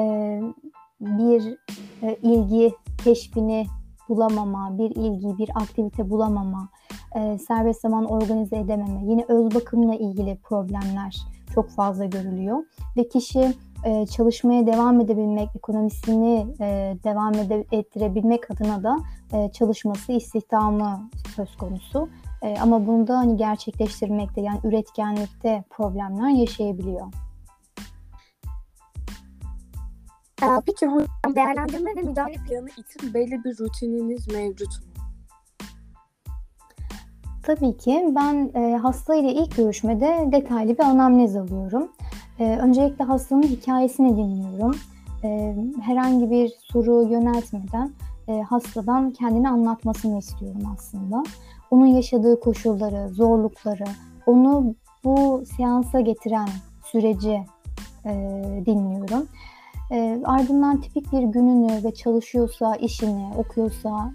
bir ilgi keşfini bulamama, bir ilgi, bir aktivite bulamama, serbest zaman organize edememe, yine öz bakımla ilgili problemler çok fazla görülüyor. Ve kişi çalışmaya devam edebilmek, ekonomisini devam ettirebilmek adına da çalışması, istihdamı söz konusu. Ama bunda hani gerçekleştirmekte, yani üretkenlikte problemler yaşayabiliyor. Peki hocam, değerlendirme ve müdahale planı için belli bir rutininiz mevcut mu? Tabii ki ben hasta ile ilk görüşmede detaylı bir anamnez alıyorum. Öncelikle hastanın hikayesini dinliyorum. Herhangi bir soru yöneltmeden hastadan kendini anlatmasını istiyorum aslında. Onun yaşadığı koşulları, zorlukları, onu bu seansa getiren süreci dinliyorum. Ardından tipik bir gününü ve çalışıyorsa işini, okuyorsa,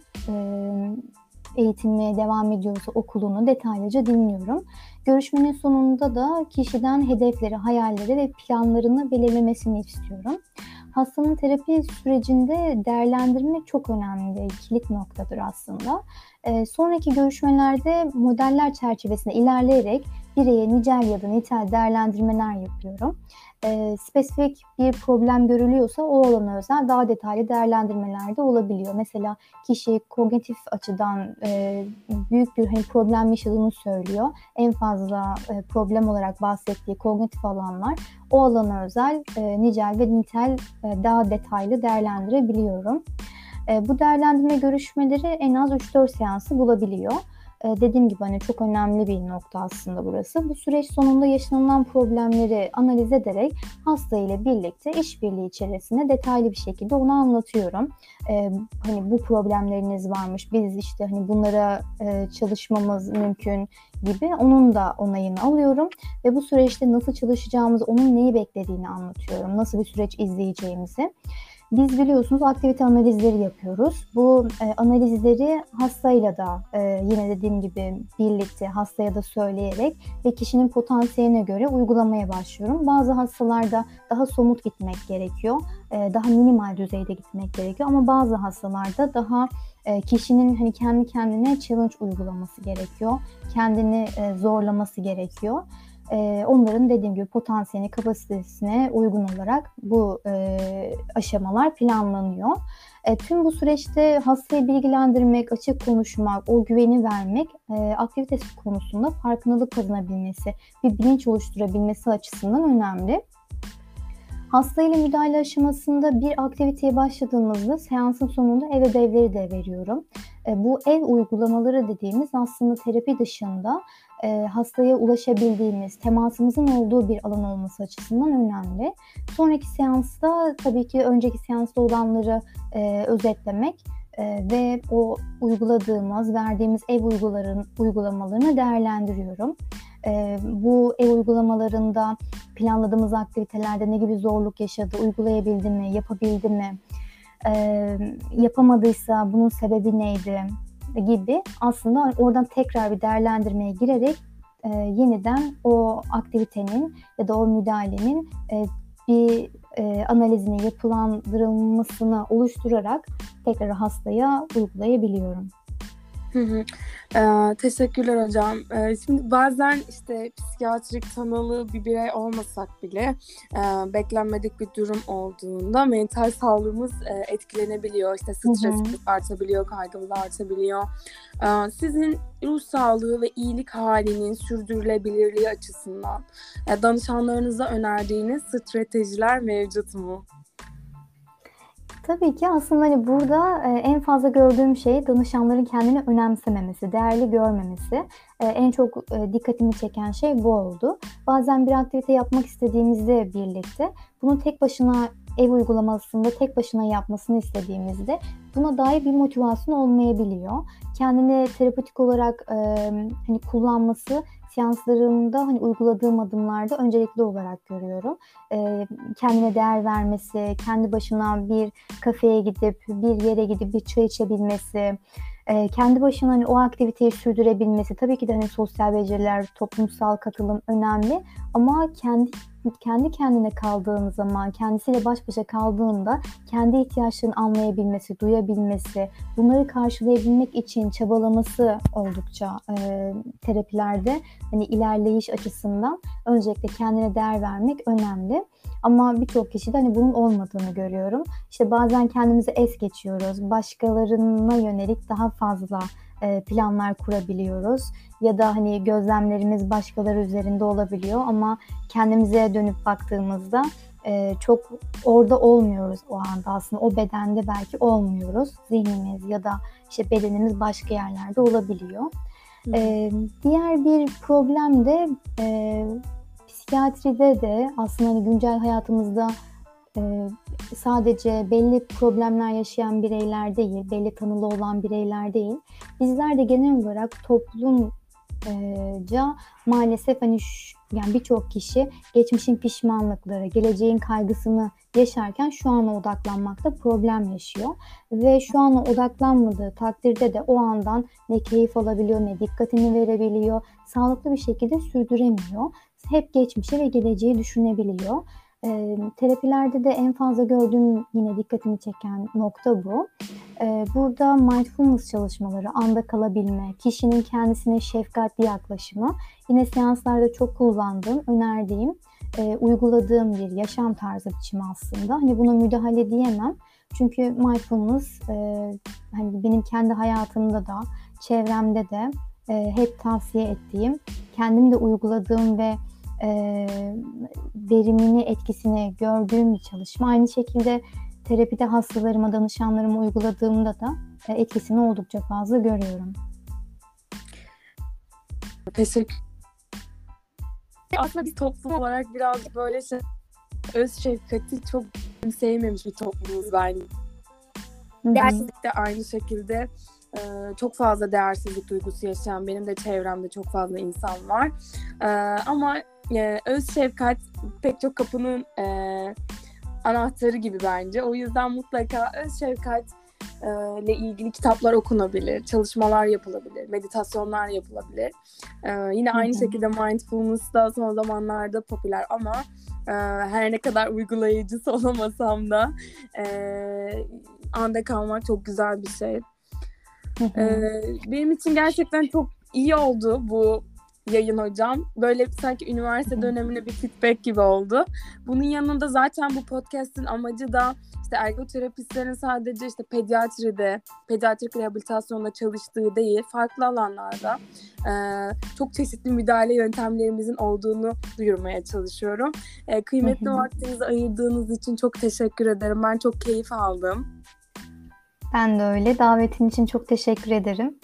eğitimine devam ediyorsa okulunu detaylıca dinliyorum. Görüşmenin sonunda da kişiden hedefleri, hayalleri ve planlarını belirlemesini istiyorum. Hastanın terapi sürecinde değerlendirme çok önemli, kilit noktadır aslında. Sonraki görüşmelerde modeller çerçevesinde ilerleyerek bireye nicel ya da nitel değerlendirmeler yapıyorum. Spesifik bir problem görülüyorsa o alana özel daha detaylı değerlendirmeler de olabiliyor. Mesela kişi kognitif açıdan büyük bir problem yaşadığını söylüyor. En fazla problem olarak bahsettiği kognitif alanlar, o alana özel nicel ve nitel daha detaylı değerlendirebiliyorum. Bu değerlendirme görüşmeleri en az 3-4 seansı bulabiliyor. Dediğim gibi hani çok önemli bir nokta aslında burası. Bu süreç sonunda yaşanılan problemleri analiz ederek hasta ile birlikte işbirliği içerisinde detaylı bir şekilde onu anlatıyorum. Hani bu problemleriniz varmış, biz işte hani bunlara çalışmamız mümkün gibi onun da onayını alıyorum ve bu süreçte nasıl çalışacağımızı, onun neyi beklediğini anlatıyorum, nasıl bir süreç izleyeceğimizi. Biz biliyorsunuz aktivite analizleri yapıyoruz. Bu analizleri hastayla da yine dediğim gibi birlikte hastaya da söyleyerek ve kişinin potansiyeline göre uygulamaya başlıyorum. Bazı hastalarda daha somut gitmek gerekiyor, daha minimal düzeyde gitmek gerekiyor ama bazı hastalarda daha kişinin hani kendi kendine challenge uygulaması gerekiyor, kendini zorlaması gerekiyor. Onların dediğim gibi potansiyeli, kapasitesine uygun olarak bu aşamalar planlanıyor. Tüm bu süreçte hastayı bilgilendirmek, açık konuşmak, o güveni vermek, aktivitesi konusunda farkındalık kazanabilmesi, bir bilinç oluşturabilmesi açısından önemli. Hasta ile müdahale aşamasında bir aktiviteye başladığımızda seansın sonunda ev ödevleri de veriyorum. Bu ev uygulamaları dediğimiz aslında terapi dışında hastaya ulaşabildiğimiz, temasımızın olduğu bir alan olması açısından önemli. Sonraki seansta tabii ki önceki seansta olanları özetlemek ve o uyguladığımız, verdiğimiz ev uygulamalarını değerlendiriyorum. Bu ev uygulamalarında planladığımız aktivitelerde ne gibi zorluk yaşadı, uygulayabildi mi, yapabildi mi, yapamadıysa bunun sebebi neydi gibi aslında oradan tekrar bir değerlendirmeye girerek yeniden o aktivitenin ya da o müdahalenin bir analizini yapılandırılmasını oluşturarak tekrar hastaya uygulayabiliyorum. Teşekkürler hocam. Şimdi bazen işte psikiyatrik tanılı bir birey olmasak bile beklenmedik bir durum olduğunda mental sağlığımız etkilenebiliyor. İşte stresimiz artabiliyor, kaygımız artabiliyor. Sizin ruh sağlığı ve iyilik halinin sürdürülebilirliği açısından danışanlarınıza önerdiğiniz stratejiler mevcut mu? Tabii ki aslında hani burada en fazla gördüğüm şey danışanların kendini önemsememesi, değerli görmemesi. En çok dikkatimi çeken şey bu oldu. Bazen bir aktivite yapmak istediğimizde birlikte bunu tek başına ev uygulamasında tek başına yapmasını istediğimizde buna dair bir motivasyon olmayabiliyor. Kendini terapötik olarak hani kullanması seanslarımda hani uyguladığım adımlarda öncelikli olarak görüyorum. Kendine değer vermesi, kendi başına bir kafeye gidip, bir yere gidip bir çay içebilmesi, kendi başına hani o aktiviteyi sürdürebilmesi. Tabii ki de hani sosyal beceriler, toplumsal katılım önemli ama kendi kendine kaldığın zaman, kendisiyle baş başa kaldığında kendi ihtiyaçlarını anlayabilmesi, duyabilmesi, bunları karşılayabilmek için çabalaması oldukça terapilerde hani ilerleyiş açısından öncelikle kendine değer vermek önemli. Ama birçok kişide hani bunun olmadığını görüyorum. İşte bazen kendimizi es geçiyoruz. Başkalarına yönelik daha fazla planlar kurabiliyoruz. Ya da hani gözlemlerimiz başkaları üzerinde olabiliyor ama kendimize dönüp baktığımızda çok orada olmuyoruz o anda aslında. O bedende belki olmuyoruz. Zihnimiz ya da işte bedenimiz başka yerlerde olabiliyor. Diğer bir problem de psikiyatride de aslında hani güncel hayatımızda sadece belli problemler yaşayan bireyler değil, belli tanılı olan bireyler değil. Bizler de genel olarak toplumca maalesef hani yani birçok kişi geçmişin pişmanlıkları, geleceğin kaygısını yaşarken şu ana odaklanmakta problem yaşıyor. Ve şu ana odaklanmadığı takdirde de o andan ne keyif alabiliyor, ne dikkatini verebiliyor, sağlıklı bir şekilde sürdüremiyor. Hep geçmişi ve geleceği düşünebiliyor. Terapilerde de en fazla gördüğüm yine dikkatimi çeken nokta bu. Burada mindfulness çalışmaları, anda kalabilme, kişinin kendisine şefkatli yaklaşımı yine seanslarda çok kullandığım, önerdiğim, uyguladığım bir yaşam tarzı biçimi aslında. Hani buna müdahale diyemem. Çünkü mindfulness hani benim kendi hayatımda da, çevremde de hep tavsiye ettiğim, kendim de uyguladığım ve verimini, etkisini gördüğüm bir çalışma. Aynı şekilde terapide hastalarıma, danışanlarıma uyguladığımda da etkisini oldukça fazla görüyorum. Teşekkür. Aslında biz toplum olarak biraz böyle öz şefkati çok sevmemiş bir toplumuz bence. Değersizlik de aynı şekilde çok fazla değersizlik duygusu yaşayan benim de çevremde çok fazla insan var. Ama öz şefkat pek çok kapının anahtarı gibi bence. O yüzden mutlaka öz şefkat ile ilgili kitaplar okunabilir, çalışmalar yapılabilir, meditasyonlar yapılabilir. Yine aynı şekilde mindfulness da son zamanlarda popüler ama her ne kadar uygulayıcısı olamasam da anda kalmak çok güzel bir şey. Benim için gerçekten çok iyi oldu bu yayın hocam. Böyle sanki üniversite dönemine bir feedback gibi oldu. Bunun yanında zaten bu podcast'in amacı da işte ergoterapistlerin sadece işte pediatrik rehabilitasyonda çalıştığı değil, farklı alanlarda çok çeşitli müdahale yöntemlerimizin olduğunu duyurmaya çalışıyorum. Kıymetli vaktinizi ayırdığınız için çok teşekkür ederim. Ben çok keyif aldım. Ben de öyle. Davetin için çok teşekkür ederim.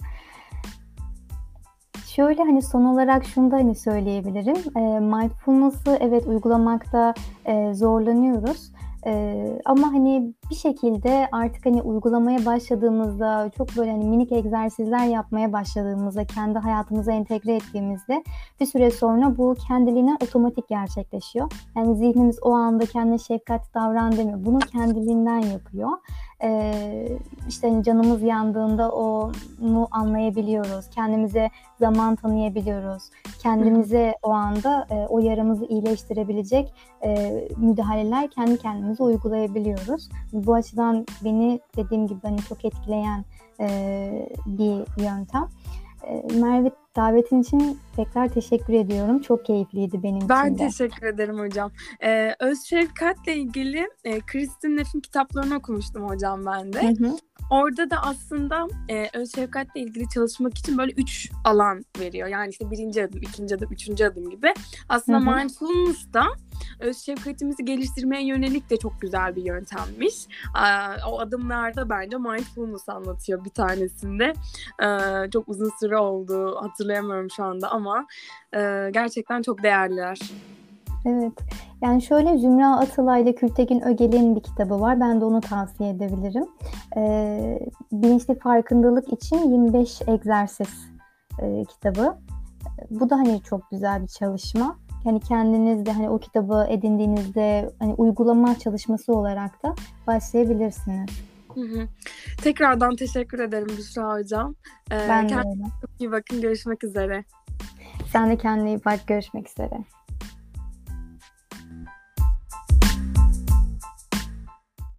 Şöyle hani son olarak şunu da hani söyleyebilirim. Mindfulness'ı evet uygulamakta zorlanıyoruz. Ama hani bir şekilde artık hani uygulamaya başladığımızda çok böyle hani minik egzersizler yapmaya başladığımızda kendi hayatımıza entegre ettiğimizde bir süre sonra bu kendiliğinden otomatik gerçekleşiyor. Yani zihnimiz o anda kendine şefkatli davran demiyor. Bunu kendiliğinden yapıyor. İşte hani canımız yandığında onu anlayabiliyoruz. Kendimize zaman tanıyabiliyoruz. Kendimize o anda o yaramızı iyileştirebilecek müdahaleler kendi kendimize uygulayabiliyoruz. Bu açıdan beni dediğim gibi hani çok etkileyen bir yöntem. Merve, davetin için tekrar teşekkür ediyorum. Çok keyifliydi benim için Ben de. teşekkür ederim hocam. Öz şefkatle ilgili Kristin Neff'in kitaplarını okumuştum hocam ben de. Hı hı. Orada da aslında öz şefkatle ilgili çalışmak için böyle 3 alan veriyor. Yani işte 1. adım, 2. adım, 3. adım gibi. Aslında Hı hı. mindfulness da öz şefkatimizi geliştirmeye yönelik de çok güzel bir yöntemmiş. O adımlarda bence mindfulness anlatıyor bir tanesinde. Çok uzun süre oldu, hatırlayamıyorum şu anda ama gerçekten çok değerliler. Evet. Yani şöyle Zümra Atılay ile Kültekin Ögel'in bir kitabı var. Ben de onu tavsiye edebilirim. Bilinçli farkındalık için 25 egzersiz kitabı. Bu da hani çok güzel bir çalışma. Yani kendiniz de hani o kitabı edindiğinizde hani uygulama çalışması olarak da başlayabilirsiniz. Hı hı. Tekrardan teşekkür ederim Büşra hocam. Ben de Kendinize öyle. çok iyi bakın. Görüşmek üzere. Sen de kendine iyi bak. Görüşmek üzere.